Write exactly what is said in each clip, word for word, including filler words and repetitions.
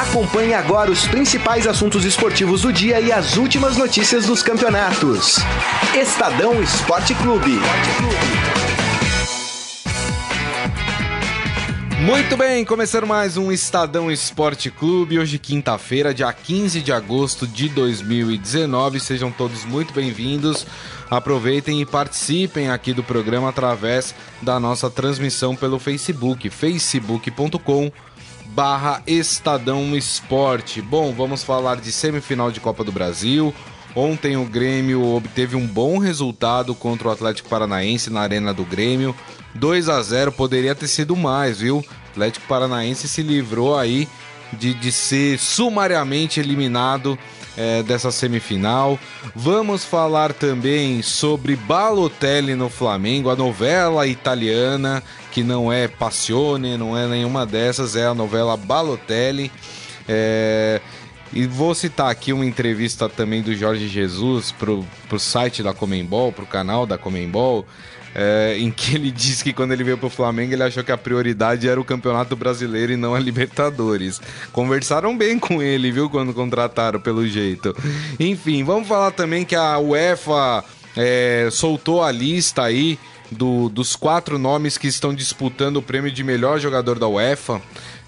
Acompanhe agora os principais assuntos esportivos do dia e as últimas notícias dos campeonatos. Estadão Esporte Clube. Muito bem, começando mais um Estadão Esporte Clube, hoje quinta-feira, dia quinze de agosto de dois mil e dezenove, sejam todos muito bem-vindos, aproveitem e participem aqui do programa através da nossa transmissão pelo Facebook, facebook ponto com barra Estadão Esporte. Bom, vamos falar de semifinal de Copa do Brasil. Ontem o Grêmio obteve um bom resultado contra o Atlético Paranaense na Arena do Grêmio, dois a zero, poderia ter sido mais, viu? O Atlético Paranaense se livrou aí de, de ser sumariamente eliminado é, dessa semifinal. Vamos falar também sobre Balotelli no Flamengo, a novela italiana, que não é Passione, não é nenhuma dessas, é a novela Balotelli. É... E vou citar aqui uma entrevista também do Jorge Jesus pro, pro site da Conmebol, pro canal da Conmebol, é, em que ele disse que quando ele veio pro Flamengo ele achou que a prioridade era o Campeonato Brasileiro e não a Libertadores. Conversaram bem com ele, viu, quando contrataram, pelo jeito. Enfim, vamos falar também que a UEFA é, soltou a lista aí do, dos quatro nomes que estão disputando o prêmio de melhor jogador da UEFA.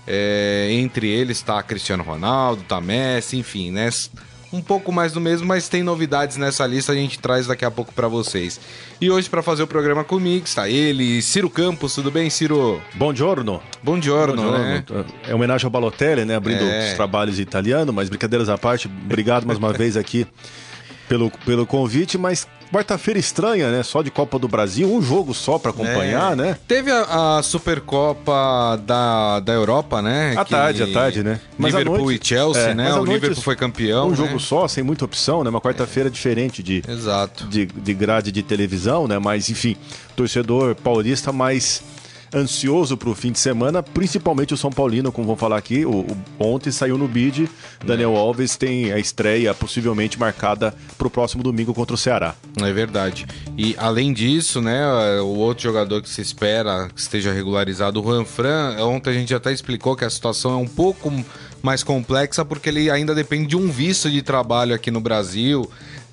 É, entre eles está Cristiano Ronaldo, tá Messi, enfim, né? Um pouco mais do mesmo, mas tem novidades nessa lista, a gente traz daqui a pouco para vocês. E hoje, para fazer o programa comigo, está ele, Ciro Campos. Tudo bem, Ciro? Buongiorno. Buongiorno, né? É homenagem ao Balotelli, né? Abrindo é. os trabalhos italianos, mas brincadeiras à parte, obrigado mais uma vez aqui pelo, pelo convite, mas quarta-feira estranha, né? Só de Copa do Brasil, um jogo só para acompanhar, é. né? Teve a, a Supercopa da, da Europa, né? À que... tarde, à tarde, né? Mas Liverpool noite, e Chelsea, é, né? O noite, Liverpool foi campeão. Um né? jogo só, sem muita opção, né? Uma quarta-feira é. diferente de, Exato. De, de grade de televisão, né? Mas, enfim, torcedor paulista mais ansioso pro fim de semana, principalmente o São Paulino, como vão falar aqui. O, o, ontem saiu no bid, Daniel Alves tem a estreia possivelmente marcada pro próximo domingo contra o Ceará. É verdade. E além disso, né, o outro jogador que se espera que esteja regularizado, o Juanfran, ontem a gente até explicou que a situação é um pouco mais complexa porque ele ainda depende de um visto de trabalho aqui no Brasil.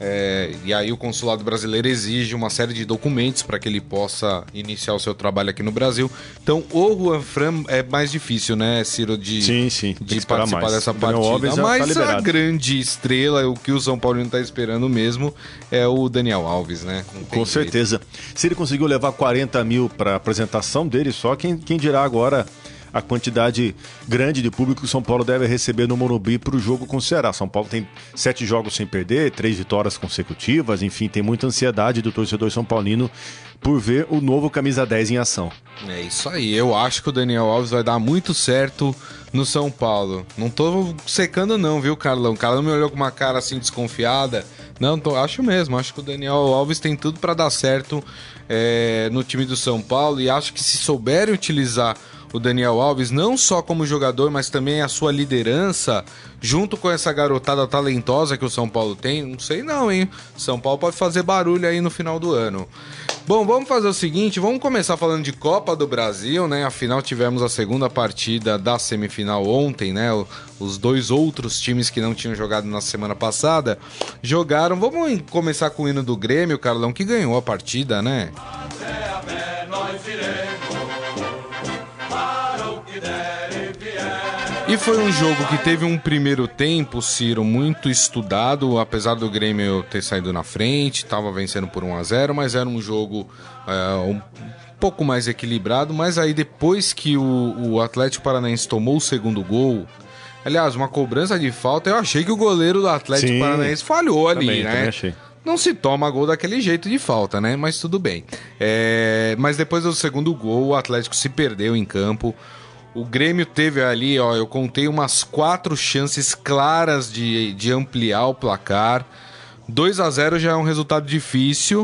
É, e aí o consulado brasileiro exige uma série de documentos para que ele possa iniciar o seu trabalho aqui no Brasil. Então o Juanfran é mais difícil, né, Ciro, de, sim, sim, de participar mais. dessa partida. Mas tá a grande estrela, o que o São Paulino está esperando mesmo, é o Daniel Alves, né? Com jeito. certeza. Se ele conseguiu levar quarenta mil para a apresentação dele, só quem, quem dirá agora a quantidade grande de público que o São Paulo deve receber no Morumbi para o jogo com o Ceará. São Paulo tem sete jogos sem perder, três vitórias consecutivas, enfim, tem muita ansiedade do torcedor são paulino por ver o novo camisa dez em ação. É isso aí, eu acho que o Daniel Alves vai dar muito certo no São Paulo. Não tô secando não, viu, Carlão? O Carlão me olhou com uma cara assim desconfiada. Não, tô, acho mesmo, acho que o Daniel Alves tem tudo para dar certo é, no time do São Paulo, e acho que se souberem utilizar o Daniel Alves, não só como jogador, mas também a sua liderança, junto com essa garotada talentosa que o São Paulo tem, não sei não, hein? São Paulo pode fazer barulho aí no final do ano. Bom, vamos fazer o seguinte, vamos começar falando de Copa do Brasil, né? Afinal, tivemos a segunda partida da semifinal ontem, né? Os dois outros times que não tinham jogado na semana passada jogaram. Vamos começar com o hino do Grêmio, Carlão, que ganhou a partida, né? Até a pé nós iremos. E foi um jogo que teve um primeiro tempo, Ciro, muito estudado, apesar do Grêmio ter saído na frente, estava vencendo por um a zero, mas era um jogo é, um pouco mais equilibrado. Mas aí depois que o, o Atlético Paranaense tomou o segundo gol, aliás, uma cobrança de falta, eu achei que o goleiro do Atlético Sim, Paranaense falhou ali, também, né? Também achei. Não se toma gol daquele jeito de falta, né? Mas tudo bem. É, mas depois do segundo gol, o Atlético se perdeu em campo. O Grêmio teve ali, ó, eu contei umas quatro chances claras de, de ampliar o placar. dois a zero já é um resultado difícil,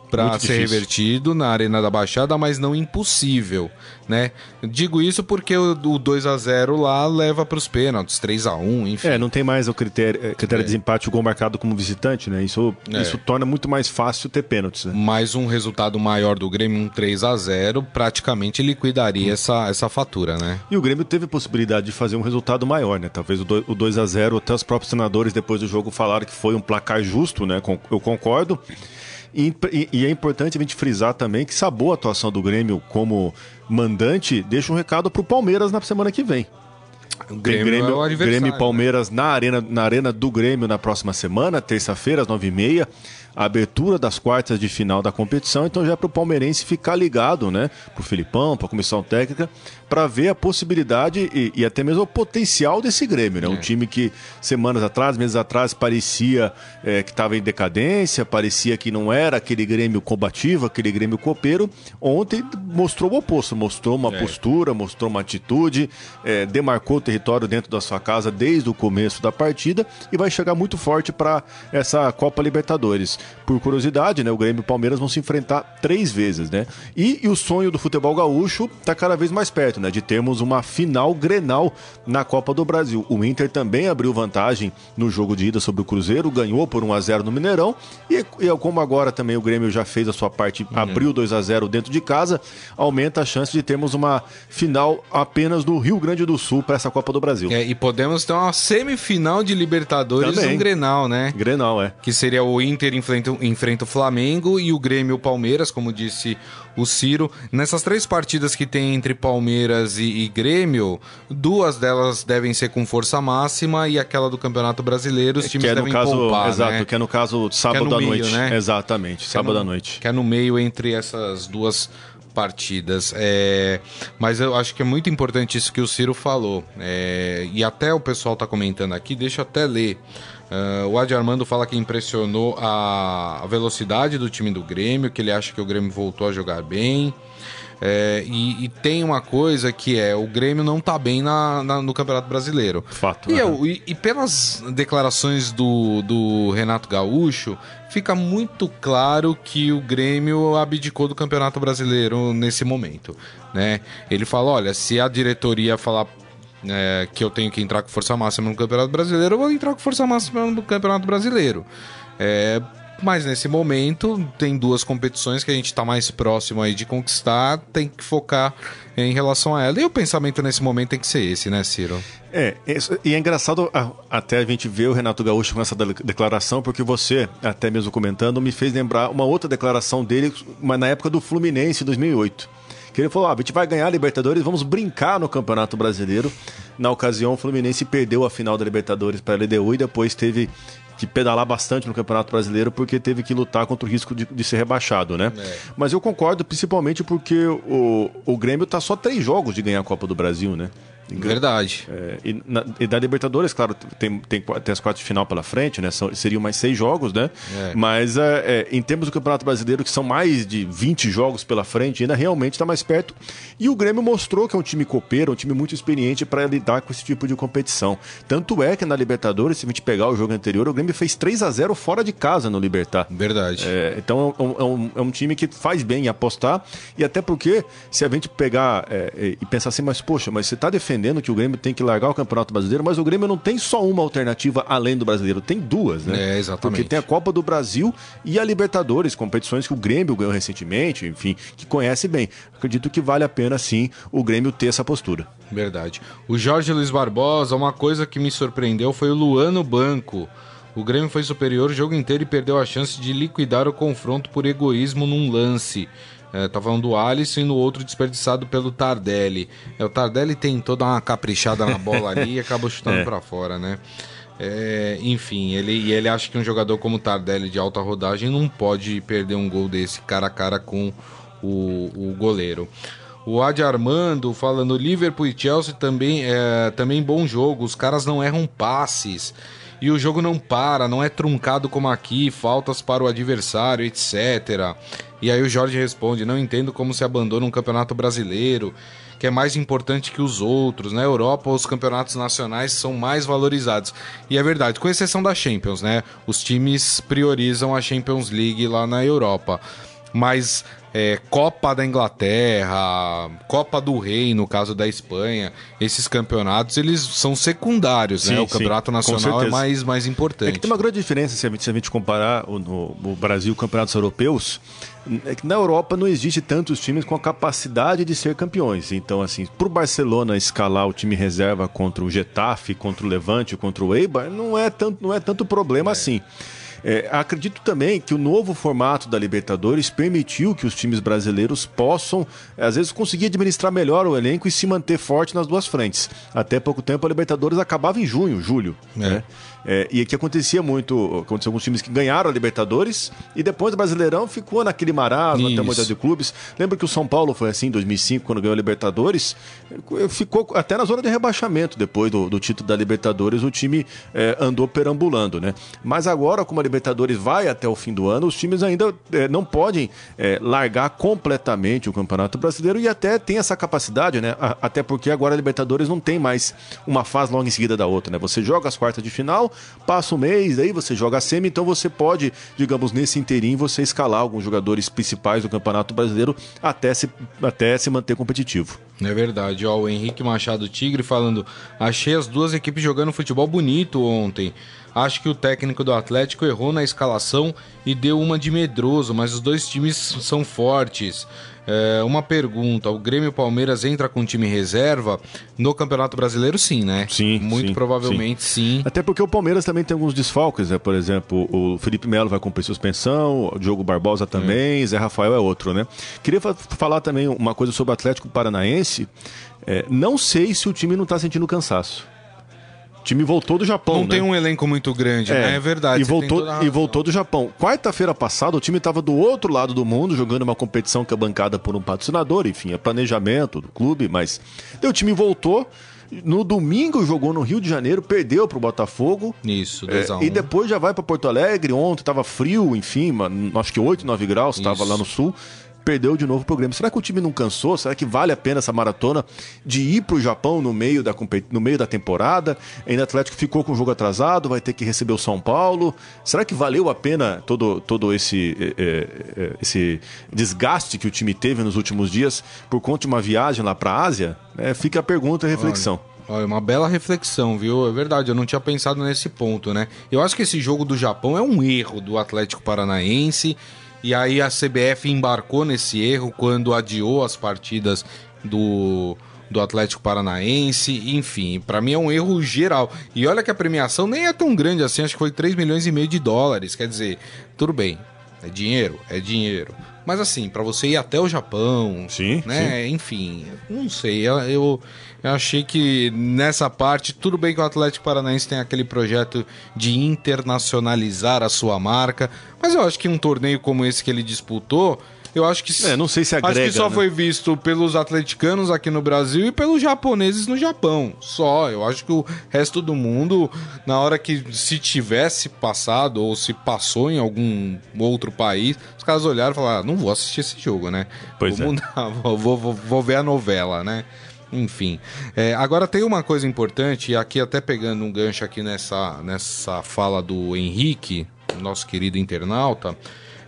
para ser revertido na Arena da Baixada, mas não impossível, né? Digo isso porque o, o dois a zero lá leva para os pênaltis, três a um, enfim. É, não tem mais o critério, critério é. de desempate, o gol marcado como visitante, né? Isso, é. isso torna muito mais fácil ter pênaltis, né? Mais um resultado maior do Grêmio, um três a zero, praticamente liquidaria hum. essa, essa fatura, né? E o Grêmio teve possibilidade de fazer um resultado maior, né? Talvez o dois a zero, até os próprios treinadores depois do jogo falaram que foi um placar justo, né? Eu concordo. E, e, e é importante a gente frisar também que essa boa atuação do Grêmio como mandante deixa um recado pro Palmeiras na semana que vem. O Grêmio, Tem Grêmio, é o Grêmio e Palmeiras, né? na, arena, na arena do Grêmio na próxima semana, terça-feira, às nove e meia. A abertura das quartas de final da competição, então já é para o palmeirense ficar ligado, né? Para o Filipão, para a comissão técnica, para ver a possibilidade e, e até mesmo o potencial desse Grêmio, né? É. Um time que semanas atrás, meses atrás, parecia é, que estava em decadência, parecia que não era aquele Grêmio combativo, aquele Grêmio copeiro. Ontem mostrou o oposto, mostrou uma é. postura, mostrou uma atitude, é, demarcou o território dentro da sua casa desde o começo da partida e vai chegar muito forte para essa Copa Libertadores. Por curiosidade, né, o Grêmio e o Palmeiras vão se enfrentar três vezes, né? E, e o sonho do futebol gaúcho está cada vez mais perto, né? De termos uma final Grenal na Copa do Brasil. O Inter também abriu vantagem no jogo de ida sobre o Cruzeiro, ganhou por um a zero no Mineirão. E, e como agora também o Grêmio já fez a sua parte, uhum. abriu dois a zero dentro de casa, aumenta a chance de termos uma final apenas no Rio Grande do Sul para essa Copa do Brasil. É, e podemos ter uma semifinal de Libertadores também. Um Grenal, né? Grenal, é. Que seria o Inter enfrentando enfrenta o Flamengo e o Grêmio o Palmeiras, como disse o Ciro. Nessas três partidas que tem entre Palmeiras e, e Grêmio, duas delas devem ser com força máxima e aquela do Campeonato Brasileiro os times que é no devem caso, poupar, exato, né? que é no caso sábado à noite, né? Exatamente, que sábado é no, à noite. Que é no meio entre essas duas partidas. É, mas eu acho que é muito importante isso que o Ciro falou. É, e até o pessoal está comentando aqui, deixa eu até ler. Uh, o Adi Armando fala que impressionou a, a velocidade do time do Grêmio, que ele acha que o Grêmio voltou a jogar bem. É, e, e tem uma coisa que é, o Grêmio não tá bem na, na, no Campeonato Brasileiro. Fato. E, né? eu, e, e pelas declarações do, do Renato Gaúcho, fica muito claro que o Grêmio abdicou do Campeonato Brasileiro nesse momento, né? Ele fala, olha, se a diretoria falar é, que eu tenho que entrar com força máxima no Campeonato Brasileiro, eu vou entrar com força máxima no Campeonato Brasileiro. É... Mas nesse momento tem duas competições que a gente está mais próximo aí de conquistar, tem que focar em relação a ela. E o pensamento nesse momento tem que ser esse, né, Ciro? É, e é engraçado até a gente ver o Renato Gaúcho com essa declaração, porque você, até mesmo comentando, me fez lembrar uma outra declaração dele, mas na época do Fluminense, em dois mil e oito. Que ele falou, ah, a gente vai ganhar a Libertadores, vamos brincar no Campeonato Brasileiro. Na ocasião, o Fluminense perdeu a final da Libertadores para a L D U e depois teve que pedalar bastante no Campeonato Brasileiro porque teve que lutar contra o risco de, de ser rebaixado, né? É. Mas eu concordo principalmente porque o, o Grêmio tá só três jogos de ganhar a Copa do Brasil, né? Verdade. É, e, na, e da Libertadores, claro, tem, tem, tem as quartas de final pela frente, né? São, seriam mais seis jogos, né? É. Mas é, é, em termos do Campeonato Brasileiro, que são mais de vinte jogos pela frente, ainda realmente está mais perto. E o Grêmio mostrou que é um time copeiro, um time muito experiente para lidar com esse tipo de competição. Tanto é que na Libertadores, se a gente pegar o jogo anterior, o Grêmio fez três a zero fora de casa no Libertad. Verdade. É, então é um, é, um, é um time que faz bem em apostar. E até porque, se a gente pegar é, e pensar assim, mas poxa, mas você está defendendo que o Grêmio tem que largar o Campeonato Brasileiro, mas o Grêmio não tem só uma alternativa além do Brasileiro, tem duas, né? É, exatamente. Porque tem a Copa do Brasil e a Libertadores, competições que o Grêmio ganhou recentemente, enfim, que conhece bem. Acredito que vale a pena, sim, o Grêmio ter essa postura. Verdade. O Jorge Luiz Barbosa, uma coisa que me surpreendeu foi o Luan no banco. O Grêmio foi superior o jogo inteiro e perdeu a chance de liquidar o confronto por egoísmo num lance. É, tá falando do Alisson e no outro desperdiçado pelo Tardelli. É, o Tardelli tentou dar uma caprichada na bola ali e acabou chutando é. pra fora, né? É, enfim, ele, e ele acha que um jogador como o Tardelli de alta rodagem não pode perder um gol desse cara a cara com o, o goleiro. O Adi Armando falando, Liverpool e Chelsea também, é, também bom jogo, os caras não erram passes. E o jogo não para, não é truncado como aqui, faltas para o adversário, etcétera. E aí o Jorge responde, não entendo como se abandona um campeonato brasileiro, que é mais importante que os outros. Na Europa, os campeonatos nacionais são mais valorizados. E é verdade, com exceção da Champions, né? Os times priorizam a Champions League lá na Europa. Mas é, Copa da Inglaterra, Copa do Rei, no caso da Espanha, esses campeonatos, eles são secundários, sim, né? O campeonato sim, nacional é mais, mais importante. É que tem uma grande diferença se a gente, se a gente comparar o, no, o Brasil com campeonatos europeus. É que na Europa não existe tantos times com a capacidade de ser campeões. Então, assim, pro Barcelona escalar o time reserva contra o Getafe, contra o Levante, contra o Eibar, não é tanto, não é tanto problema é. assim. É, acredito também que o novo formato da Libertadores permitiu que os times brasileiros possam, às vezes, conseguir administrar melhor o elenco e se manter forte nas duas frentes. Até pouco tempo a Libertadores acabava em junho, julho, é. né? É, e que acontecia muito, aconteceu alguns times que ganharam a Libertadores e depois o Brasileirão ficou naquele marasmo, até muitas de clubes. Lembra que o São Paulo foi assim em dois mil e cinco, quando ganhou a Libertadores? Ficou até na zona de rebaixamento depois do, do título da Libertadores, o time é, andou perambulando, né? Mas agora, como a Libertadores vai até o fim do ano, os times ainda é, não podem é, largar completamente o Campeonato Brasileiro e até tem essa capacidade, né? Até porque agora a Libertadores não tem mais uma fase logo em seguida da outra, né? Você joga as quartas de final, passa um mês, aí você joga a semi, então você pode, digamos, nesse inteirinho, você escalar alguns jogadores principais do Campeonato Brasileiro até se, até se manter competitivo. É verdade, ó, o Henrique Machado Tigre falando: achei as duas equipes jogando futebol bonito ontem. Acho que o técnico do Atlético errou na escalação e deu uma de medroso, mas os dois times são fortes. É, uma pergunta: o Grêmio e o Palmeiras entra com time reserva no Campeonato Brasileiro? Sim, né? Sim. Muito sim, provavelmente sim. sim. Até porque o Palmeiras também tem alguns desfalques, né? Por exemplo, o Felipe Melo vai cumprir suspensão, o Diogo Barbosa também, é. Zé Rafael é outro, né? Queria fa- falar também uma coisa sobre o Atlético Paranaense. É, não sei se o time não está sentindo cansaço. O time voltou do Japão, Não né? tem um elenco muito grande, é, né? É verdade. E voltou, e voltou do Japão. Quarta-feira passada, o time estava do outro lado do mundo, jogando uma competição que é bancada por um patrocinador, enfim, é planejamento do clube, mas... Daí o time voltou, no domingo jogou no Rio de Janeiro, perdeu pro Botafogo. Isso, dois a um. É, e depois já vai para Porto Alegre, ontem estava frio, enfim, acho que oito, nove graus, estava lá no sul. Perdeu de novo o programa. Será que o time não cansou? Será que vale a pena essa maratona de ir para o Japão no meio, da, no meio da temporada? Ainda o Atlético ficou com o jogo atrasado, vai ter que receber o São Paulo. Será que valeu a pena todo, todo esse, é, é, esse desgaste que o time teve nos últimos dias por conta de uma viagem lá para a Ásia? É, fica a pergunta e a reflexão. Olha, uma bela reflexão, viu? É verdade, eu não tinha pensado nesse ponto, né? Eu acho que esse jogo do Japão é um erro do Atlético Paranaense. E aí a C B F embarcou nesse erro quando adiou as partidas do, do Atlético Paranaense. Enfim, pra mim é um erro geral. E olha que a premiação nem é tão grande assim, acho que foi três milhões e meio de dólares. Quer dizer, tudo bem, é dinheiro, é dinheiro. Mas assim, pra você ir até o Japão, sim, né? Sim. Enfim, não sei, eu, eu, eu achei que nessa parte, tudo bem que o Atlético Paranaense tem aquele projeto de internacionalizar a sua marca, mas eu acho que um torneio como esse que ele disputou, eu acho que, é, não sei se agrega, acho que só né? foi visto pelos atleticanos aqui no Brasil e pelos japoneses no Japão. Só, eu acho que o resto do mundo, na hora que se tivesse passado ou se passou em algum outro país, os caras olharam e falaram: ah, não vou assistir esse jogo, né? Pois vou é. mudar, vou, vou, vou ver a novela, né? Enfim, é, agora tem uma coisa importante, e aqui até pegando um gancho aqui nessa, nessa fala do Henrique, nosso querido internauta.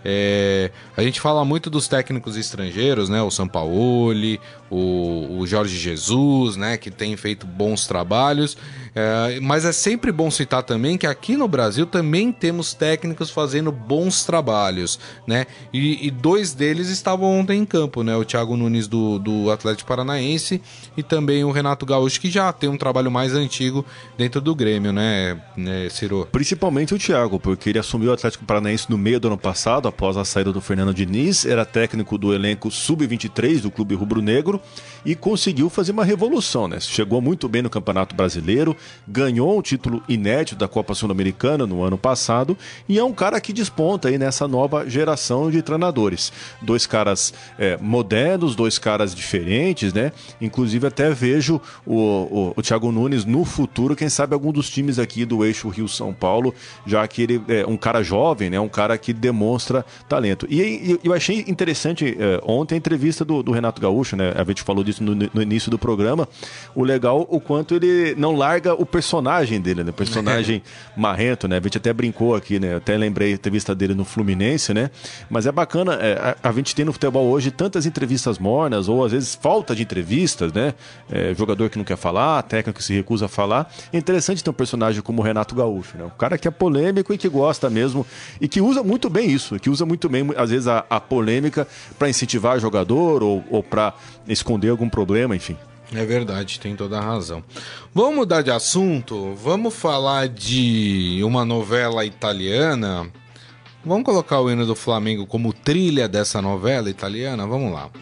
É, a gente fala muito dos técnicos estrangeiros, né? O Sampaoli, o, o Jorge Jesus, né? Que tem feito bons trabalhos. É, mas é sempre bom citar também que aqui no Brasil também temos técnicos fazendo bons trabalhos, né? E, e dois deles estavam ontem em campo, né? O Thiago Nunes do, do Atlético Paranaense e também o Renato Gaúcho, que já tem um trabalho mais antigo dentro do Grêmio, né, né Ciro? Principalmente o Thiago, porque ele assumiu o Atlético Paranaense no meio do ano passado, após a saída do Fernando Diniz, era técnico do elenco sub vinte e três do Clube Rubro-Negro e conseguiu fazer uma revolução, né? Chegou muito bem no Campeonato Brasileiro, ganhou um título inédito da Copa Sul-Americana no ano passado e é um cara que desponta aí nessa nova geração de treinadores. Dois caras é, modernos, dois caras diferentes, né? Inclusive até vejo o, o, o Thiago Nunes no futuro, quem sabe algum dos times aqui do eixo Rio-São Paulo, já que ele é um cara jovem, né? Um cara que demonstra talento. E, e eu achei interessante é, ontem a entrevista do, do Renato Gaúcho, né? A gente falou disso no, no início do programa. O legal, o quanto ele não larga pega o personagem dele, né? O personagem marrento, né? A gente até brincou aqui, né? Eu até lembrei a entrevista dele no Fluminense, né? Mas é bacana, é, a, a gente tem no futebol hoje tantas entrevistas mornas, ou às vezes falta de entrevistas, né? É, jogador que não quer falar, técnico que se recusa a falar. É interessante ter um personagem como o Renato Gaúcho, né? Um cara que é polêmico e que gosta mesmo, e que usa muito bem isso, que usa muito bem, às vezes, a, a polêmica para incentivar o jogador ou, ou para esconder algum problema, enfim. É verdade, tem toda a razão. Vamos mudar de assunto? Vamos falar de uma novela italiana? Vamos colocar o hino do Flamengo como trilha dessa novela italiana? Vamos lá.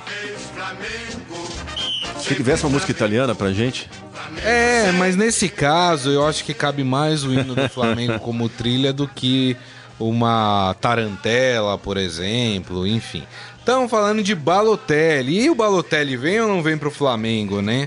Se tivesse uma música italiana pra gente... É, mas nesse caso eu acho que cabe mais o hino do Flamengo como trilha do que uma tarantela, por exemplo, enfim... Estamos falando de Balotelli. E o Balotelli vem ou não vem para o Flamengo, né?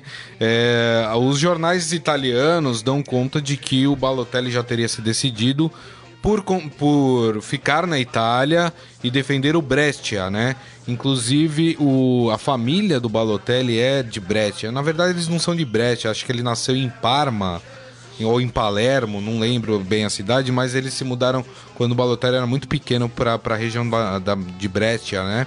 É, os jornais italianos dão conta de que o Balotelli já teria se decidido por, por ficar na Itália e defender o Brescia, né? Inclusive, o, a família do Balotelli é de Brescia. Na verdade, eles não são de Brescia. Acho que ele nasceu em Parma ou em Palermo, não lembro bem a cidade, mas eles se mudaram quando o Balotelli era muito pequeno para a região da, da, de Brescia, né?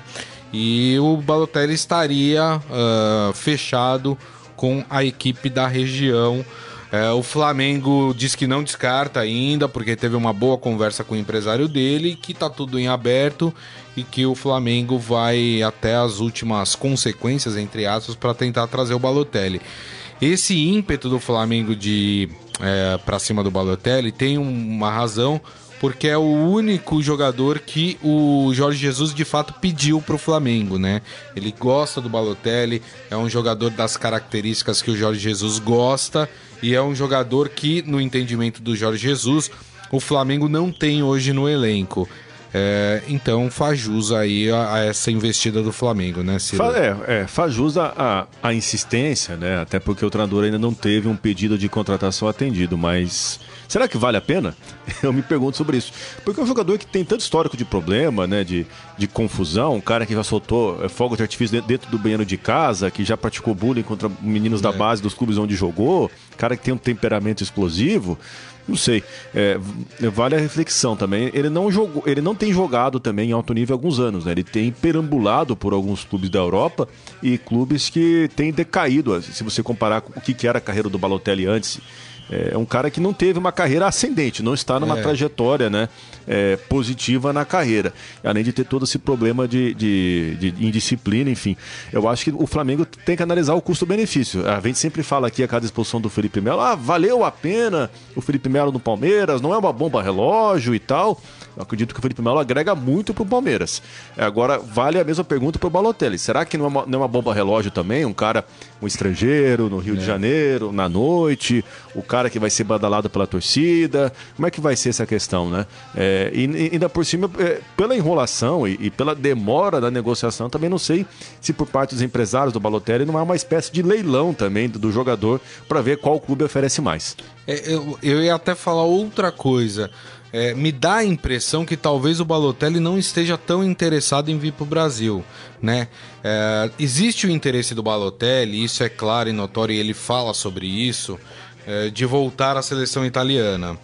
E o Balotelli estaria uh, fechado com a equipe da região. Uh, o Flamengo diz que não descarta ainda, porque teve uma boa conversa com o empresário dele, que está tudo em aberto e que o Flamengo vai até as últimas consequências, entre aspas, para tentar trazer o Balotelli. Esse ímpeto do Flamengo de é, para cima do Balotelli tem uma razão, porque é o único jogador que o Jorge Jesus de fato pediu para o Flamengo, né? Ele gosta do Balotelli, é um jogador das características que o Jorge Jesus gosta e é um jogador que, no entendimento do Jorge Jesus, o Flamengo não tem hoje no elenco. É, então faz jus aí a, a essa investida do Flamengo, né, Ciro? É, é, faz jus a, a, a insistência, né? Até porque o treinador ainda não teve um pedido de contratação atendido, mas será que vale a pena? Eu me pergunto sobre isso. Porque é um jogador que tem tanto histórico de problema, né? De, de confusão, um cara que já soltou é, fogo de artifício dentro do banheiro de casa, que já praticou bullying contra meninos é. da base dos clubes onde jogou, cara que tem um temperamento explosivo. Não sei, é, vale a reflexão também. Ele não, jogou, ele não tem jogado também em alto nível há alguns anos, né? Ele tem perambulado por alguns clubes da Europa e clubes que têm decaído. Se você comparar com o que era a carreira do Balotelli antes, é um cara que não teve uma carreira ascendente, não está numa é. trajetória, né, é, positiva na carreira, além de ter todo esse problema de, de, de indisciplina, enfim. Eu acho que o Flamengo tem que analisar o custo-benefício. A gente sempre fala aqui a cada expulsão do Felipe Melo, ah, valeu a pena o Felipe Melo no Palmeiras, não é uma bomba relógio e tal. Eu acredito que o Felipe Melo agrega muito pro Palmeiras. Agora, vale a mesma pergunta pro Balotelli. Será que não é uma, não é uma bomba relógio também? Um cara, um estrangeiro no Rio é. de Janeiro, na noite, o cara que vai ser badalado pela torcida. Como é que vai ser essa questão, né? É, e, e ainda por cima, é, pela enrolação e, e pela demora da negociação, também não sei se por parte dos empresários do Balotelli não é uma espécie de leilão também do, do jogador para ver qual clube oferece mais. É, eu, eu ia até falar outra coisa. É, me dá a impressão que talvez o Balotelli não esteja tão interessado em vir para o Brasil, né? É, existe o interesse do Balotelli, isso é claro e notório, e ele fala sobre isso, é, de voltar à seleção italiana.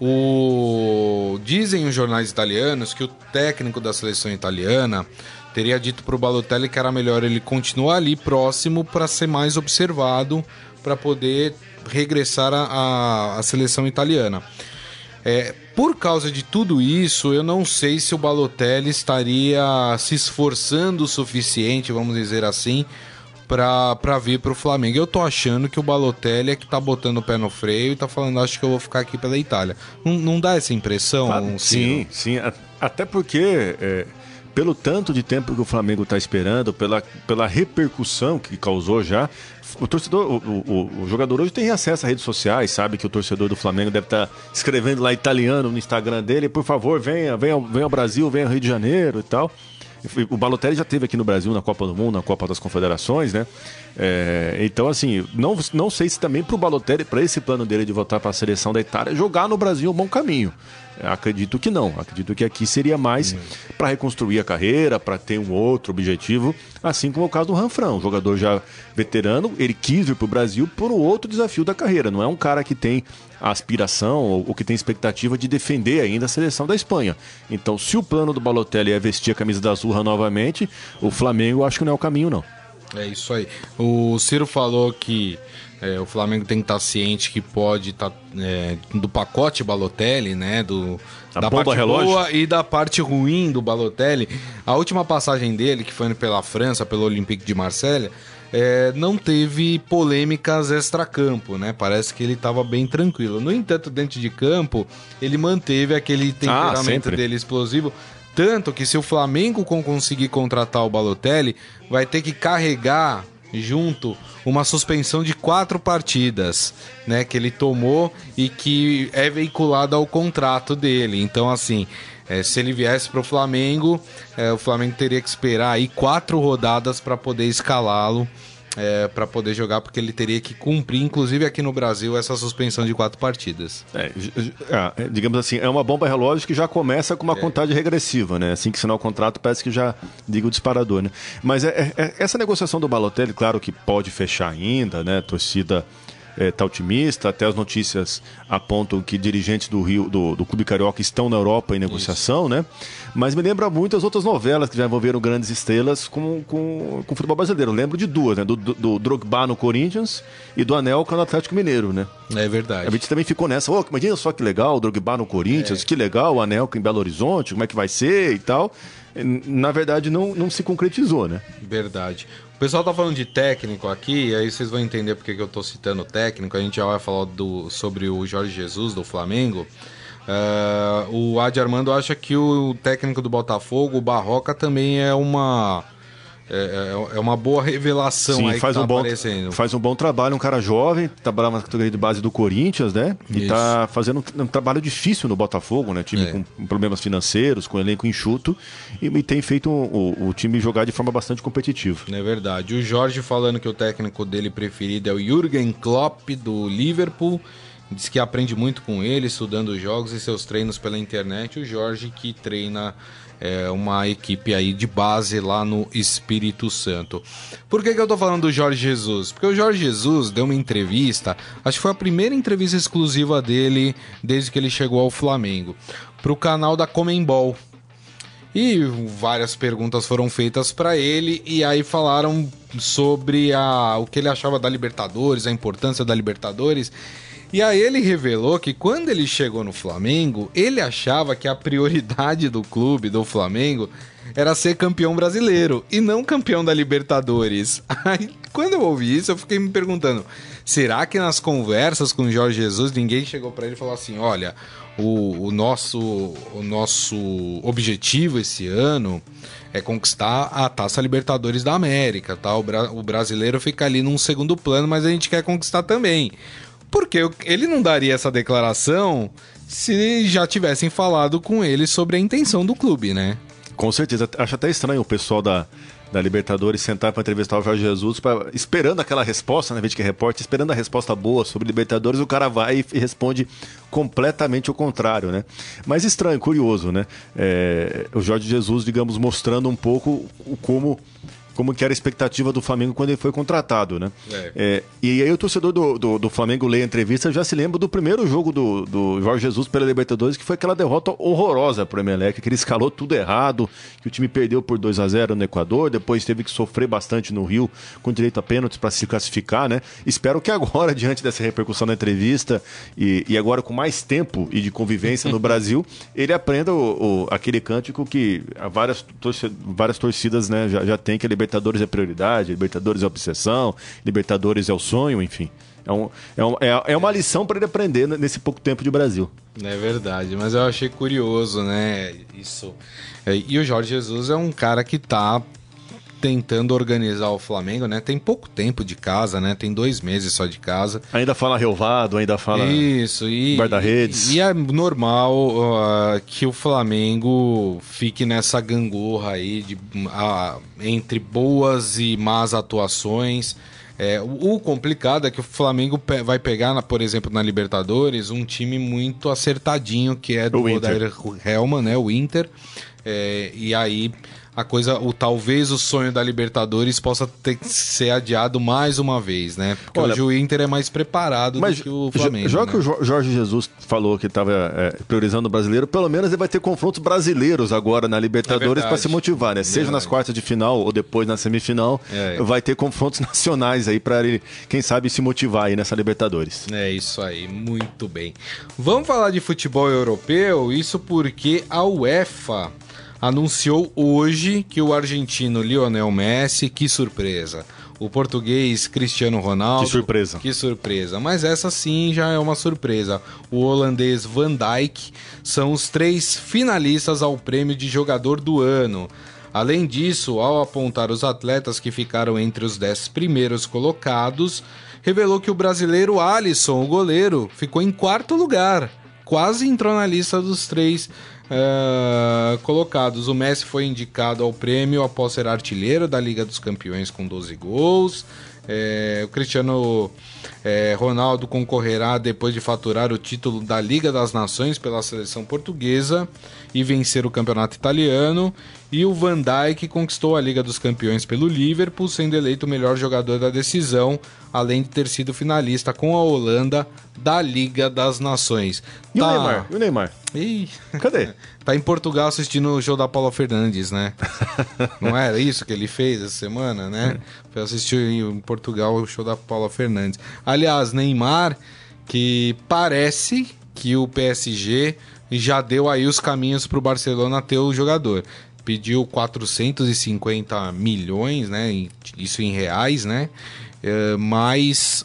O... Dizem os jornais italianos que o técnico da seleção italiana teria dito para o Balotelli que era melhor ele continuar ali próximo para ser mais observado, para poder regressar à seleção italiana. É, por causa de tudo isso, eu não sei se o Balotelli estaria se esforçando o suficiente, vamos dizer assim, para vir para o Flamengo. Eu tô achando que o Balotelli é que tá botando o pé no freio e tá falando, acho que eu vou ficar aqui pela Itália. Não, não dá essa impressão? Ah, sim, sim. Até porque, é, pelo tanto de tempo que o Flamengo está esperando, pela, pela repercussão que causou já, o torcedor, o, o, o jogador hoje tem acesso a redes sociais, sabe que o torcedor do Flamengo deve estar tá escrevendo lá italiano no Instagram dele, por favor, venha, venha, venha ao Brasil, venha ao Rio de Janeiro e tal. O Balotelli já esteve aqui no Brasil na Copa do Mundo, na Copa das Confederações, né? É, então, assim, não, não sei se também para o Balotelli, para esse plano dele de voltar para a seleção da Itália, jogar no Brasil é um bom caminho. Acredito que não. Acredito que aqui seria mais para reconstruir a carreira, para ter um outro objetivo, assim como é o caso do Ranfran, um jogador já veterano, ele quis vir para o Brasil por um outro desafio da carreira. Não é um cara que tem a aspiração ou, ou que tem expectativa de defender ainda a seleção da Espanha. Então, se o plano do Balotelli é vestir a camisa da Azurra novamente, o Flamengo acho que não é o caminho, não. É isso aí. O Ciro falou que é, o Flamengo tem que estar ciente que pode estar é, do pacote Balotelli, né? Do, da parte relógio. boa e da parte ruim do Balotelli. A última passagem dele, que foi pela França, pelo Olympique de Marselha, é, não teve polêmicas extracampo, né? Parece que ele estava bem tranquilo. No entanto, dentro de campo, ele manteve aquele temperamento ah, dele explosivo. Tanto que se o Flamengo conseguir contratar o Balotelli, vai ter que carregar junto uma suspensão de quatro partidas, né, que ele tomou e que é veiculada ao contrato dele. Então, assim, é, se ele viesse para o Flamengo, é, o Flamengo teria que esperar aí quatro rodadas para poder escalá-lo, é, para poder jogar, porque ele teria que cumprir, inclusive aqui no Brasil, essa suspensão de quatro partidas. É, é, digamos assim, é uma bomba relógio que já começa com uma é. contagem regressiva, né? Assim que assinar o contrato, parece que já liga o disparador, né? Mas é, é, essa negociação do Balotelli, claro que pode fechar ainda, né? A torcida está é, otimista, até as notícias apontam que dirigentes do Rio, do, do Clube Carioca estão na Europa em negociação, Isso. né? Mas me lembra muito as outras novelas que já envolveram grandes estrelas com, com, com o futebol brasileiro. Eu lembro de duas, né? Do, do, do Drogba no Corinthians e do Anelka no Atlético Mineiro, né? É verdade. A gente também ficou nessa, oh, imagina só que legal o Drogba no Corinthians, é. que legal o Anelka em Belo Horizonte, como é que vai ser e tal. Na verdade, não, não se concretizou, né? Verdade. O pessoal tá falando de técnico aqui, e aí vocês vão entender porque que eu tô citando o técnico. A gente já vai falar do, sobre o Jorge Jesus do Flamengo. Uh, o Adi Armando acha que o técnico do Botafogo, o Barroca, também é uma é, é uma boa revelação. Sim, aí faz, que tá um bom, aparecendo. faz um bom trabalho, um cara jovem, trabalhava na categoria de base do Corinthians, né? E Isso. tá fazendo um, um trabalho difícil no Botafogo, né? Time é. com problemas financeiros, com elenco enxuto, e, e tem feito o, o time jogar de forma bastante competitiva. É verdade. O Jorge falando que o técnico dele preferido é o Jürgen Klopp, do Liverpool. Diz que aprende muito com ele, estudando jogos e seus treinos pela internet. O Jorge que treina é, uma equipe aí de base lá no Espírito Santo. Por que que eu tô falando do Jorge Jesus? Porque o Jorge Jesus deu uma entrevista, acho que foi a primeira entrevista exclusiva dele desde que ele chegou ao Flamengo, pro canal da Comembol. E várias perguntas foram feitas para ele, e aí falaram sobre a, o que ele achava da Libertadores, a importância da Libertadores. E aí ele revelou que quando ele chegou no Flamengo, ele achava que a prioridade do clube, do Flamengo, era ser campeão brasileiro e não campeão da Libertadores. Aí, quando eu ouvi isso, eu fiquei me perguntando, será que nas conversas com o Jorge Jesus ninguém chegou para ele e falou assim, olha, o, o, nosso, o nosso objetivo esse ano é conquistar a Taça Libertadores da América, tá? O, bra- o brasileiro fica ali num segundo plano, mas a gente quer conquistar também. Porque ele não daria essa declaração se já tivessem falado com ele sobre a intenção do clube, né? Com certeza. Acho até estranho o pessoal da, da Libertadores sentar para entrevistar o Jorge Jesus, pra, esperando aquela resposta, né? Vez que é repórter, esperando a resposta boa sobre Libertadores, o cara vai e responde completamente o contrário, né? Mas estranho, curioso, né? É, o Jorge Jesus, digamos, mostrando um pouco o como... como que era a expectativa do Flamengo quando ele foi contratado, né? É. É, e aí o torcedor do, do, do Flamengo lê a entrevista, já se lembra do primeiro jogo do, do Jorge Jesus pela Libertadores, que foi aquela derrota horrorosa pro Emelec, que ele escalou tudo errado, que o time perdeu por dois a zero no Equador, depois teve que sofrer bastante no Rio, com direito a pênaltis para se classificar, né? Espero que agora, diante dessa repercussão na entrevista, e, e agora com mais tempo e de convivência no Brasil, ele aprenda o, o, aquele cântico que várias, torce, várias torcidas, né, já, já tem, que ele Libertadores é prioridade, Libertadores é obsessão, Libertadores é o sonho, enfim. É, um, é, um, é uma lição para ele aprender nesse pouco tempo de Brasil. É verdade, mas eu achei curioso, né? Isso. E o Jorge Jesus é um cara que tá tentando organizar o Flamengo, né? Tem pouco tempo de casa, né? Tem dois meses só de casa. Ainda fala relvado, ainda fala isso, e, guarda-redes. E, e é normal uh, que o Flamengo fique nessa gangorra aí de, uh, entre boas e más atuações. É, o complicado é que o Flamengo pe- vai pegar, na, por exemplo, na Libertadores, um time muito acertadinho, que é do Odair Hellmann, né, o Inter. É, e aí a coisa, o, talvez o sonho da Libertadores possa ter que ser adiado mais uma vez, né? Porque Olha, hoje o Inter é mais preparado do que o Flamengo. Já né? que o Jorge Jesus falou que estava é, priorizando o brasileiro, pelo menos ele vai ter confrontos brasileiros agora na Libertadores é para se motivar, né? Seja verdade. Nas quartas de final ou depois na semifinal, é. vai ter confrontos nacionais aí para ele, quem sabe, se motivar aí nessa Libertadores. É isso aí, muito bem. Vamos falar de futebol europeu, isso porque a UEFA anunciou hoje que o argentino Lionel Messi, que surpresa, o português Cristiano Ronaldo... Que surpresa. Que surpresa, mas essa sim já é uma surpresa. O holandês Van Dijk são os três finalistas ao prêmio de jogador do ano. Além disso, ao apontar os atletas que ficaram entre os dez primeiros colocados, revelou que o brasileiro Alisson, o goleiro, ficou em quarto lugar. Quase entrou na lista dos três uh, colocados. O Messi foi indicado ao prêmio após ser artilheiro da Liga dos Campeões com doze gols. É, o Cristiano é, Ronaldo concorrerá depois de faturar o título da Liga das Nações pela seleção portuguesa e vencer o campeonato italiano. E o Van Dijk conquistou a Liga dos Campeões pelo Liverpool, sendo eleito o melhor jogador da decisão, além de ter sido finalista com a Holanda da Liga das Nações. E tá... o Neymar? E o Neymar? Ih... Cadê? Tá em Portugal assistindo o show da Paula Fernandes, né? Não era isso que ele fez essa semana, né? Foi assistir em Portugal o show da Paula Fernandes. Aliás, Neymar, que parece que o P S G já deu aí os caminhos pro Barcelona ter o jogador. Pediu quatrocentos e cinquenta milhões, né? Isso em reais, né? É, mais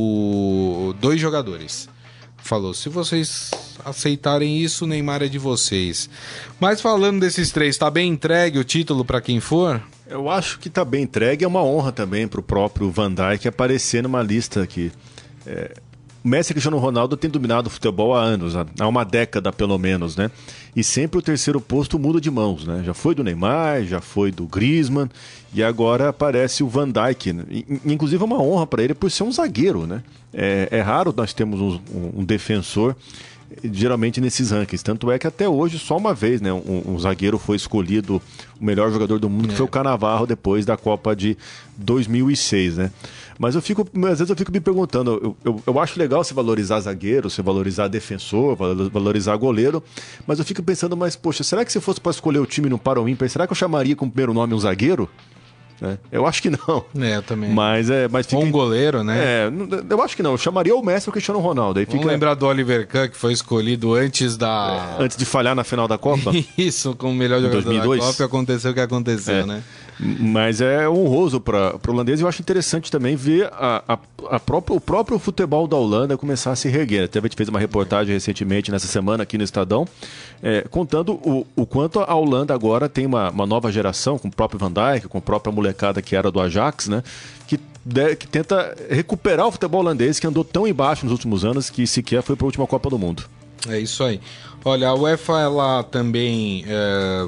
o... dois jogadores. Falou, se vocês aceitarem isso, o Neymar é de vocês. Mas falando desses três, tá bem entregue o título para quem for? Eu acho que tá bem entregue. É uma honra também pro próprio Van Dijk aparecer numa lista aqui. É... O Messi e Cristiano Ronaldo têm dominado o futebol há anos, há uma década pelo menos, né? E sempre o terceiro posto muda de mãos, né? Já foi do Neymar, já foi do Griezmann e agora aparece o Van Dijk. Né? Inclusive é uma honra para ele por ser um zagueiro, né? É, é raro nós termos um, um defensor geralmente nesses rankings. Tanto é que até hoje, só uma vez, né, um, um zagueiro foi escolhido o melhor jogador do mundo, é. que foi o Cannavaro, depois da Copa de dois mil e seis, né? Mas eu fico, às vezes eu fico me perguntando, eu, eu, eu acho legal se valorizar zagueiro, se valorizar defensor, valorizar goleiro, mas eu fico pensando, mas poxa, será que se fosse para escolher o time no Para o Ímpar, será que eu chamaria como primeiro nome um zagueiro? É, eu acho que não. É, eu também. Mas é, mas fica... Ou um goleiro, né? É, eu acho que não. Eu chamaria o Messi ou o Cristiano Ronaldo. Aí Vamos fica... lembrar do Oliver Kahn, que foi escolhido antes da... É, antes de falhar na final da Copa? Isso, como melhor jogador dois mil e dois. Da Copa, e aconteceu o que aconteceu, é. né? Mas é honroso para o holandês e eu acho interessante também ver a, a, a própria, o próprio futebol da Holanda começar a se reerguer. Até a gente fez uma reportagem recentemente, nessa semana, aqui no Estadão, é, contando o, o quanto a Holanda agora tem uma, uma nova geração, com o próprio Van Dijk, com a própria molecada que era do Ajax, né? Que, de, que tenta recuperar o futebol holandês, que andou tão embaixo nos últimos anos que sequer foi para a última Copa do Mundo. É isso aí. Olha, a UEFA, ela também... É...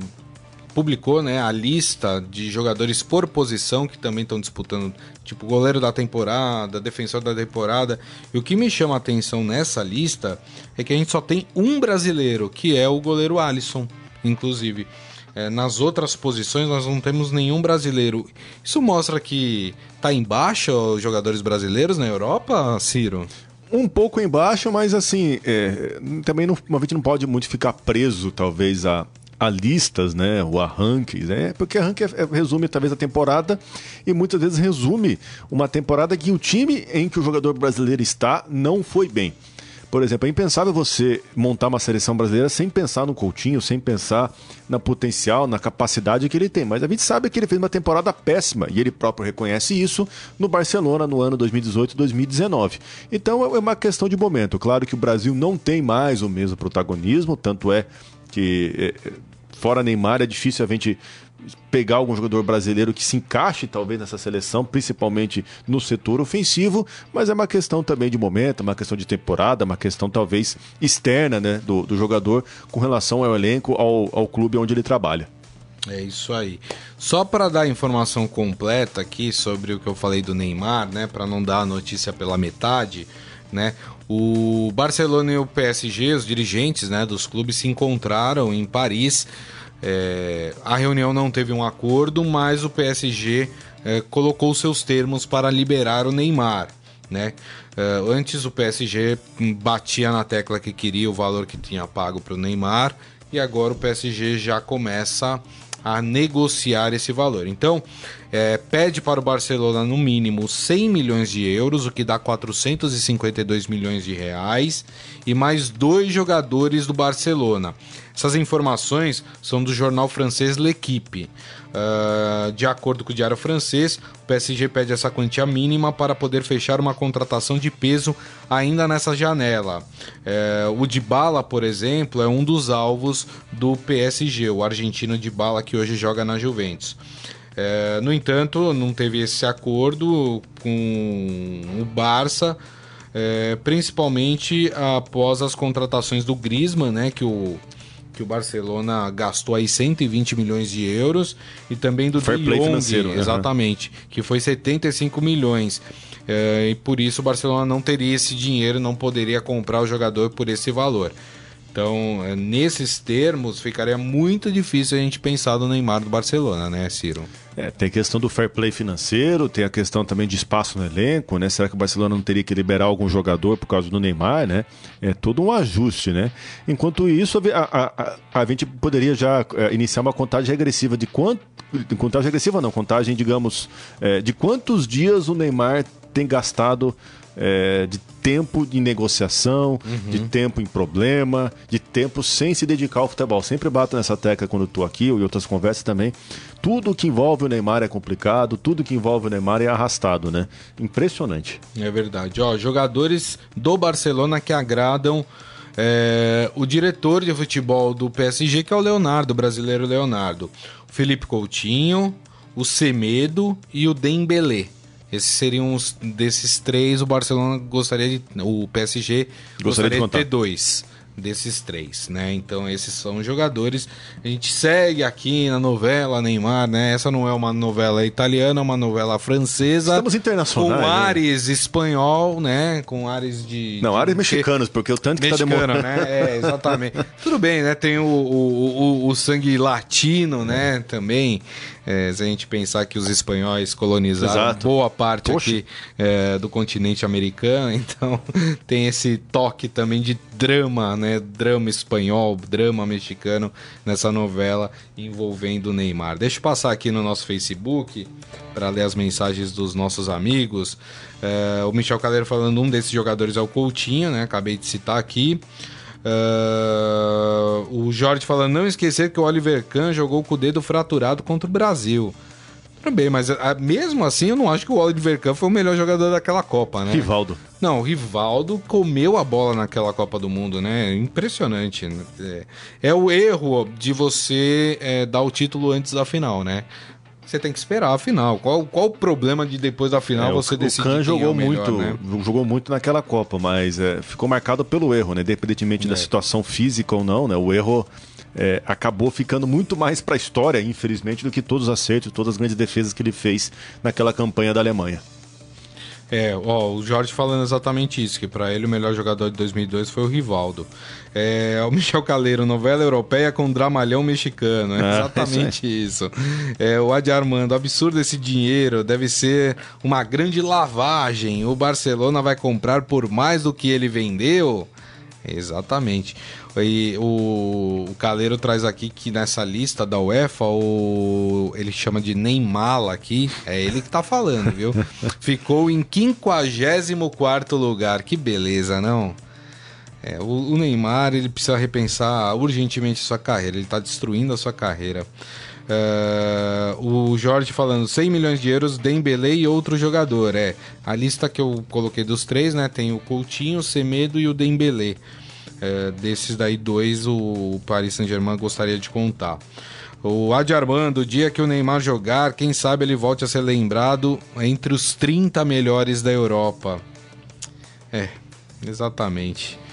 publicou, né, a lista de jogadores por posição que também estão disputando, tipo goleiro da temporada, defensor da temporada. E o que me chama a atenção nessa lista é que a gente só tem um brasileiro, que é o goleiro Alisson, inclusive. É, nas outras posições nós não temos nenhum brasileiro. Isso mostra que tá em baixa os jogadores brasileiros na Europa, Ciro? Um pouco embaixo, mas assim, é, também não, a gente não pode muito ficar preso, talvez, a... a listas, né, ou a rankings, né, porque a ranking é, é, resume talvez a temporada e muitas vezes resume uma temporada que o time em que o jogador brasileiro está não foi bem. Por exemplo, é impensável você montar uma seleção brasileira sem pensar no Coutinho, sem pensar na potencial, na capacidade que ele tem. Mas a gente sabe que ele fez uma temporada péssima e ele próprio reconhece isso no Barcelona no ano dois mil e dezoito e dois mil e dezenove. Então é uma questão de momento. Claro que o Brasil não tem mais o mesmo protagonismo, tanto é que fora Neymar é difícil a gente pegar algum jogador brasileiro que se encaixe talvez nessa seleção, principalmente no setor ofensivo, mas é uma questão também de momento, uma questão de temporada, uma questão talvez externa, né, do, do jogador com relação ao elenco, ao, ao clube onde ele trabalha. É isso aí. Só para dar a informação completa aqui sobre o que eu falei do Neymar, né, para não dar a notícia pela metade, né? O Barcelona e o P S G, os dirigentes, né, dos clubes se encontraram em Paris. É, a reunião não teve um acordo, mas o P S G é, colocou seus termos para liberar o Neymar, né? É, antes o P S G batia na tecla que queria o valor que tinha pago para o Neymar, e agora o P S G já começa a negociar esse valor. Então, é, pede para o Barcelona no mínimo cem milhões de euros, o que dá quatrocentos e cinquenta e dois milhões de reais, e mais dois jogadores do Barcelona. Essas informações são do jornal francês L'Équipe. Uh, de acordo com o diário francês, o P S G pede essa quantia mínima para poder fechar uma contratação de peso ainda nessa janela. Uh, o Dybala, por exemplo, é um dos alvos do P S G, o argentino Dybala, que hoje joga na Juventus. Uh, no entanto, não teve esse acordo com o Barça, uh, principalmente após as contratações do Griezmann, né, que o que o Barcelona gastou aí cento e vinte milhões de euros, e também do Fair play financeiro, exatamente, uhum. que foi setenta e cinco milhões. É, e por isso o Barcelona não teria esse dinheiro, não poderia comprar o jogador por esse valor. Então, é, nesses termos, ficaria muito difícil a gente pensar no Neymar do Barcelona, né, Ciro? É, tem a questão do fair play financeiro, tem a questão também de espaço no elenco, né? Será que o Barcelona não teria que liberar algum jogador por causa do Neymar, né? É todo um ajuste, né? Enquanto isso, a, a, a, a gente poderia já é, iniciar uma contagem regressiva de quanto... Contagem regressiva não, contagem, digamos, é, de quantos dias o Neymar tem gastado é, de tempo de negociação, uhum. de tempo em problema, de tempo sem se dedicar ao futebol. Sempre bato nessa tecla quando estou aqui, ou em outras conversas também. Tudo que envolve o Neymar é complicado, tudo que envolve o Neymar é arrastado, né? Impressionante. É verdade. Ó, jogadores do Barcelona que agradam é, o diretor de futebol do P S G, que é o Leonardo, o brasileiro Leonardo. O Felipe Coutinho, o Semedo e o Dembélé. Esses seriam os desses três, o Barcelona gostaria de... O P S G gostaria, gostaria de, de ter dois desses três, né? Então esses são os jogadores. A gente segue aqui na novela Neymar, né? Essa não é uma novela italiana, é uma novela francesa. Estamos internacionais. Com ares, né? Espanhol, né? Com ares de... Não, de... ares mexicanos, porque o tanto que Mexicano, tá demorando. né? É, exatamente. Tudo bem, né? Tem o, o, o, o sangue latino, né? Também. É, se a gente pensar que os espanhóis colonizaram Exato. boa parte Poxa. aqui é, do continente americano, então tem esse toque também de drama, né? Drama espanhol, drama mexicano nessa novela envolvendo o Neymar. Deixa eu passar aqui no nosso Facebook para ler as mensagens dos nossos amigos. É, o Michel Caleiro falando, um desses jogadores é o Coutinho, né? Acabei de citar aqui. Uh, o Jorge falando, não esquecer que o Oliver Kahn jogou com o dedo fraturado contra o Brasil. Tudo bem, mas a, mesmo assim eu não acho que o Oliver Kahn foi o melhor jogador daquela Copa, né? Rivaldo. Não, o Rivaldo comeu a bola naquela Copa do Mundo, né? Impressionante. É, é o erro de você é, dar o título antes da final, né? Você tem que esperar a final. Qual, qual o problema de depois da final é, você decidir? O Kahn jogou é o melhor, muito, né? jogou muito naquela Copa, mas é, ficou marcado pelo erro, né? Independentemente é. da situação física ou não, né? O erro é, acabou ficando muito mais para a história, infelizmente, do que todos os acertos, todas as grandes defesas que ele fez naquela campanha da Alemanha. É, ó, o Jorge falando exatamente isso, que para ele o melhor jogador de dois mil e dois foi o Rivaldo. É, o Michel Caleiro, novela europeia com dramalhão mexicano, é ah, exatamente isso. isso. É, o Adi Armando, absurdo esse dinheiro, deve ser uma grande lavagem, o Barcelona vai comprar por mais do que ele vendeu? Exatamente. E o, o Caleiro traz aqui que nessa lista da UEFA, o, ele chama de Neymar aqui, é ele que tá falando, viu? Ficou em quinquagésimo quarto lugar, que beleza, não? É, o, o Neymar, ele precisa repensar urgentemente sua carreira, ele tá destruindo a sua carreira. Uh, o Jorge falando cem milhões de euros, Dembélé e outro jogador. É, a lista que eu coloquei dos três, né? Tem o Coutinho, o Semedo e o Dembélé. Uh, desses daí dois o Paris Saint-Germain gostaria de contar. O Adi Armando, o dia que o Neymar jogar, quem sabe ele volte a ser lembrado entre os trinta melhores da Europa. É, exatamente.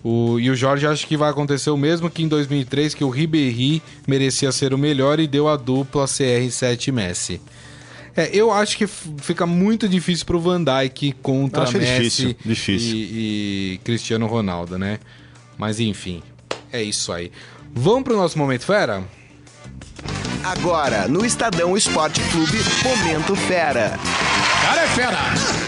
O, e o Jorge acha que vai acontecer o mesmo que em dois mil e três, que o Ribéry merecia ser o melhor e deu a dupla C R sete Messi. É, eu acho que f- fica muito difícil pro Van Dijk contra Acho Messi difícil, difícil. E, e Cristiano Ronaldo, né? Mas enfim, é isso aí. Vamos pro nosso Momento Fera? Agora, no Estadão Esporte Clube, Momento Fera. Cara é fera!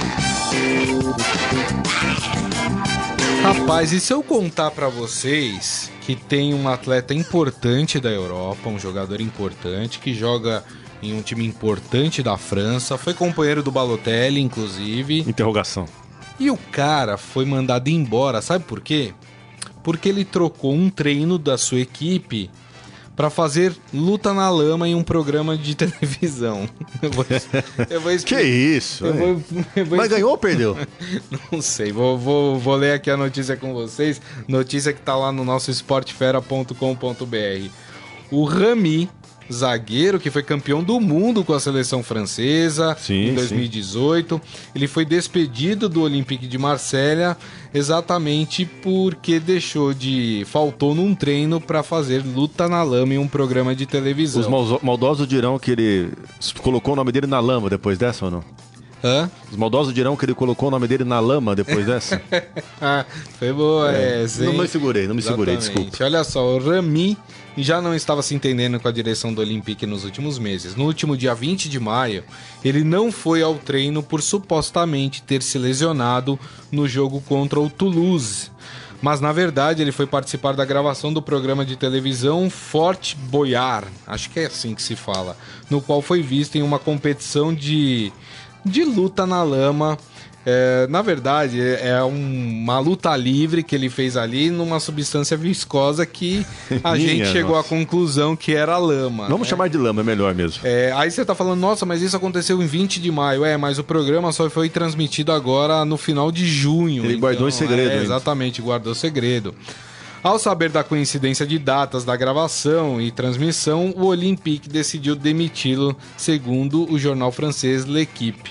Rapaz, e se eu contar pra vocês que tem um atleta importante da Europa, um jogador importante, que joga em um time importante da França, foi companheiro do Balotelli, inclusive, Interrogação. e o cara foi mandado embora, sabe por quê? Porque ele trocou um treino da sua equipe pra fazer luta na lama em um programa de televisão. Eu vou, eu vou Que explicar. isso? Eu hein? vou, eu vou Mas ganhou ou perdeu? Não sei, vou, vou, vou ler aqui a notícia com vocês. Notícia que tá lá no nosso esportefera ponto com ponto b r. O Rami, zagueiro que foi campeão do mundo com a seleção francesa Sim, em dois mil e dezoito, ele foi despedido do Olympique de Marselha exatamente porque deixou de... faltou num treino para fazer luta na lama em um programa de televisão. Os malzo- maldosos dirão que ele colocou o nome dele na lama depois dessa ou não? Hã? Os maldosos dirão que ele colocou o nome dele na lama depois dessa? Ah, foi boa essa, hein? Não me segurei, não me segurei, Exatamente. desculpa. Olha só, o Rami já não estava se entendendo com a direção do Olympique nos últimos meses. No último dia vinte de maio, ele não foi ao treino por supostamente ter se lesionado no jogo contra o Toulouse. Mas, na verdade, ele foi participar da gravação do programa de televisão Fort Boyard, acho que é assim que se fala, no qual foi visto em uma competição de, de luta na lama. É, na verdade, é um- uma luta livre que ele fez ali numa substância viscosa que a Minha gente chegou nossa. à conclusão que era lama. Vamos né? chamar de lama, é melhor mesmo. É, aí você tá falando, nossa, mas isso aconteceu em vinte de maio. É, mas o programa só foi transmitido agora no final de junho. Ele guardou em segredo É, ainda. exatamente, guardou segredo. Ao saber da coincidência de datas da gravação e transmissão, o Olympique decidiu demiti-lo, segundo o jornal francês L'Equipe.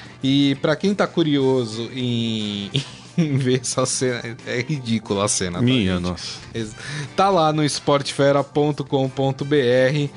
E pra quem tá curioso em, em ver essa cena, é ridícula a cena. Tá, Minha, gente? nossa. Ex- Tá lá no esportefera ponto com ponto b r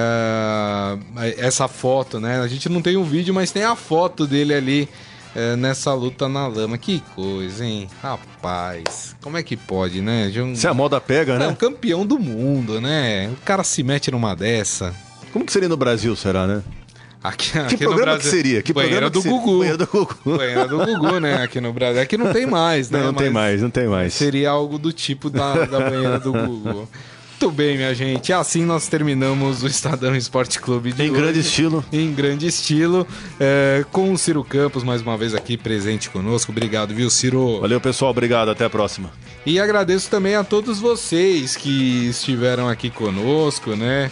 ah, essa foto, né? A gente não tem um vídeo, mas tem a foto dele ali eh, nessa luta na lama. Que coisa, hein? Rapaz, como é que pode, né? De um, Se a moda pega, é um né? campeão do mundo, né? O cara se mete numa dessa. Como que seria no Brasil, será, né? Aqui, Que aqui no programa Brasil, que seria? Que banheira programa do que seria? Gugu. Banheira do Gugu. Banheira do Gugu, né? Aqui no Brasil. Aqui não tem mais, né? Não, não tem Mas mais, não tem mais. seria algo do tipo da, da banheira do Gugu. Muito bem, minha gente. Assim nós terminamos o Estadão Esporte Clube de Em hoje. grande estilo. Em grande estilo. é, com o Ciro Campos, mais uma vez aqui presente conosco. Obrigado, viu, Ciro? Valeu, pessoal. Obrigado. Até a próxima. E agradeço também a todos vocês que estiveram aqui conosco, né?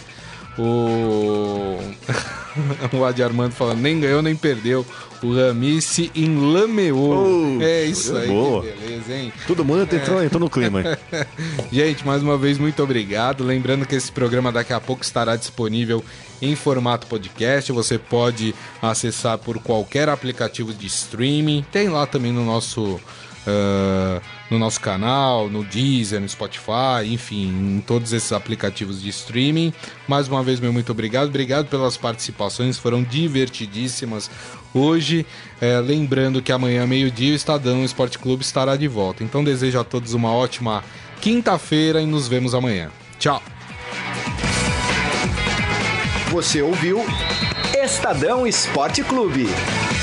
O, o Adi Armando falando, nem ganhou nem perdeu. O Rami se enlameou. Oh, é isso aí, boa. que beleza, hein? Todo mundo entrou, entrou no clima. hein? Gente, mais uma vez, muito obrigado. Lembrando que esse programa daqui a pouco estará disponível em formato podcast. Você pode acessar por qualquer aplicativo de streaming. Tem lá também no nosso, ah, no nosso canal, no Deezer, no Spotify, enfim, em todos esses aplicativos de streaming. Mais uma vez, meu muito obrigado. Obrigado pelas participações, foram divertidíssimas hoje. É, lembrando que amanhã, meio-dia, o Estadão Esporte Clube estará de volta. Então, desejo a todos uma ótima quinta-feira e nos vemos amanhã. Tchau! Você ouviu Estadão Esporte Clube.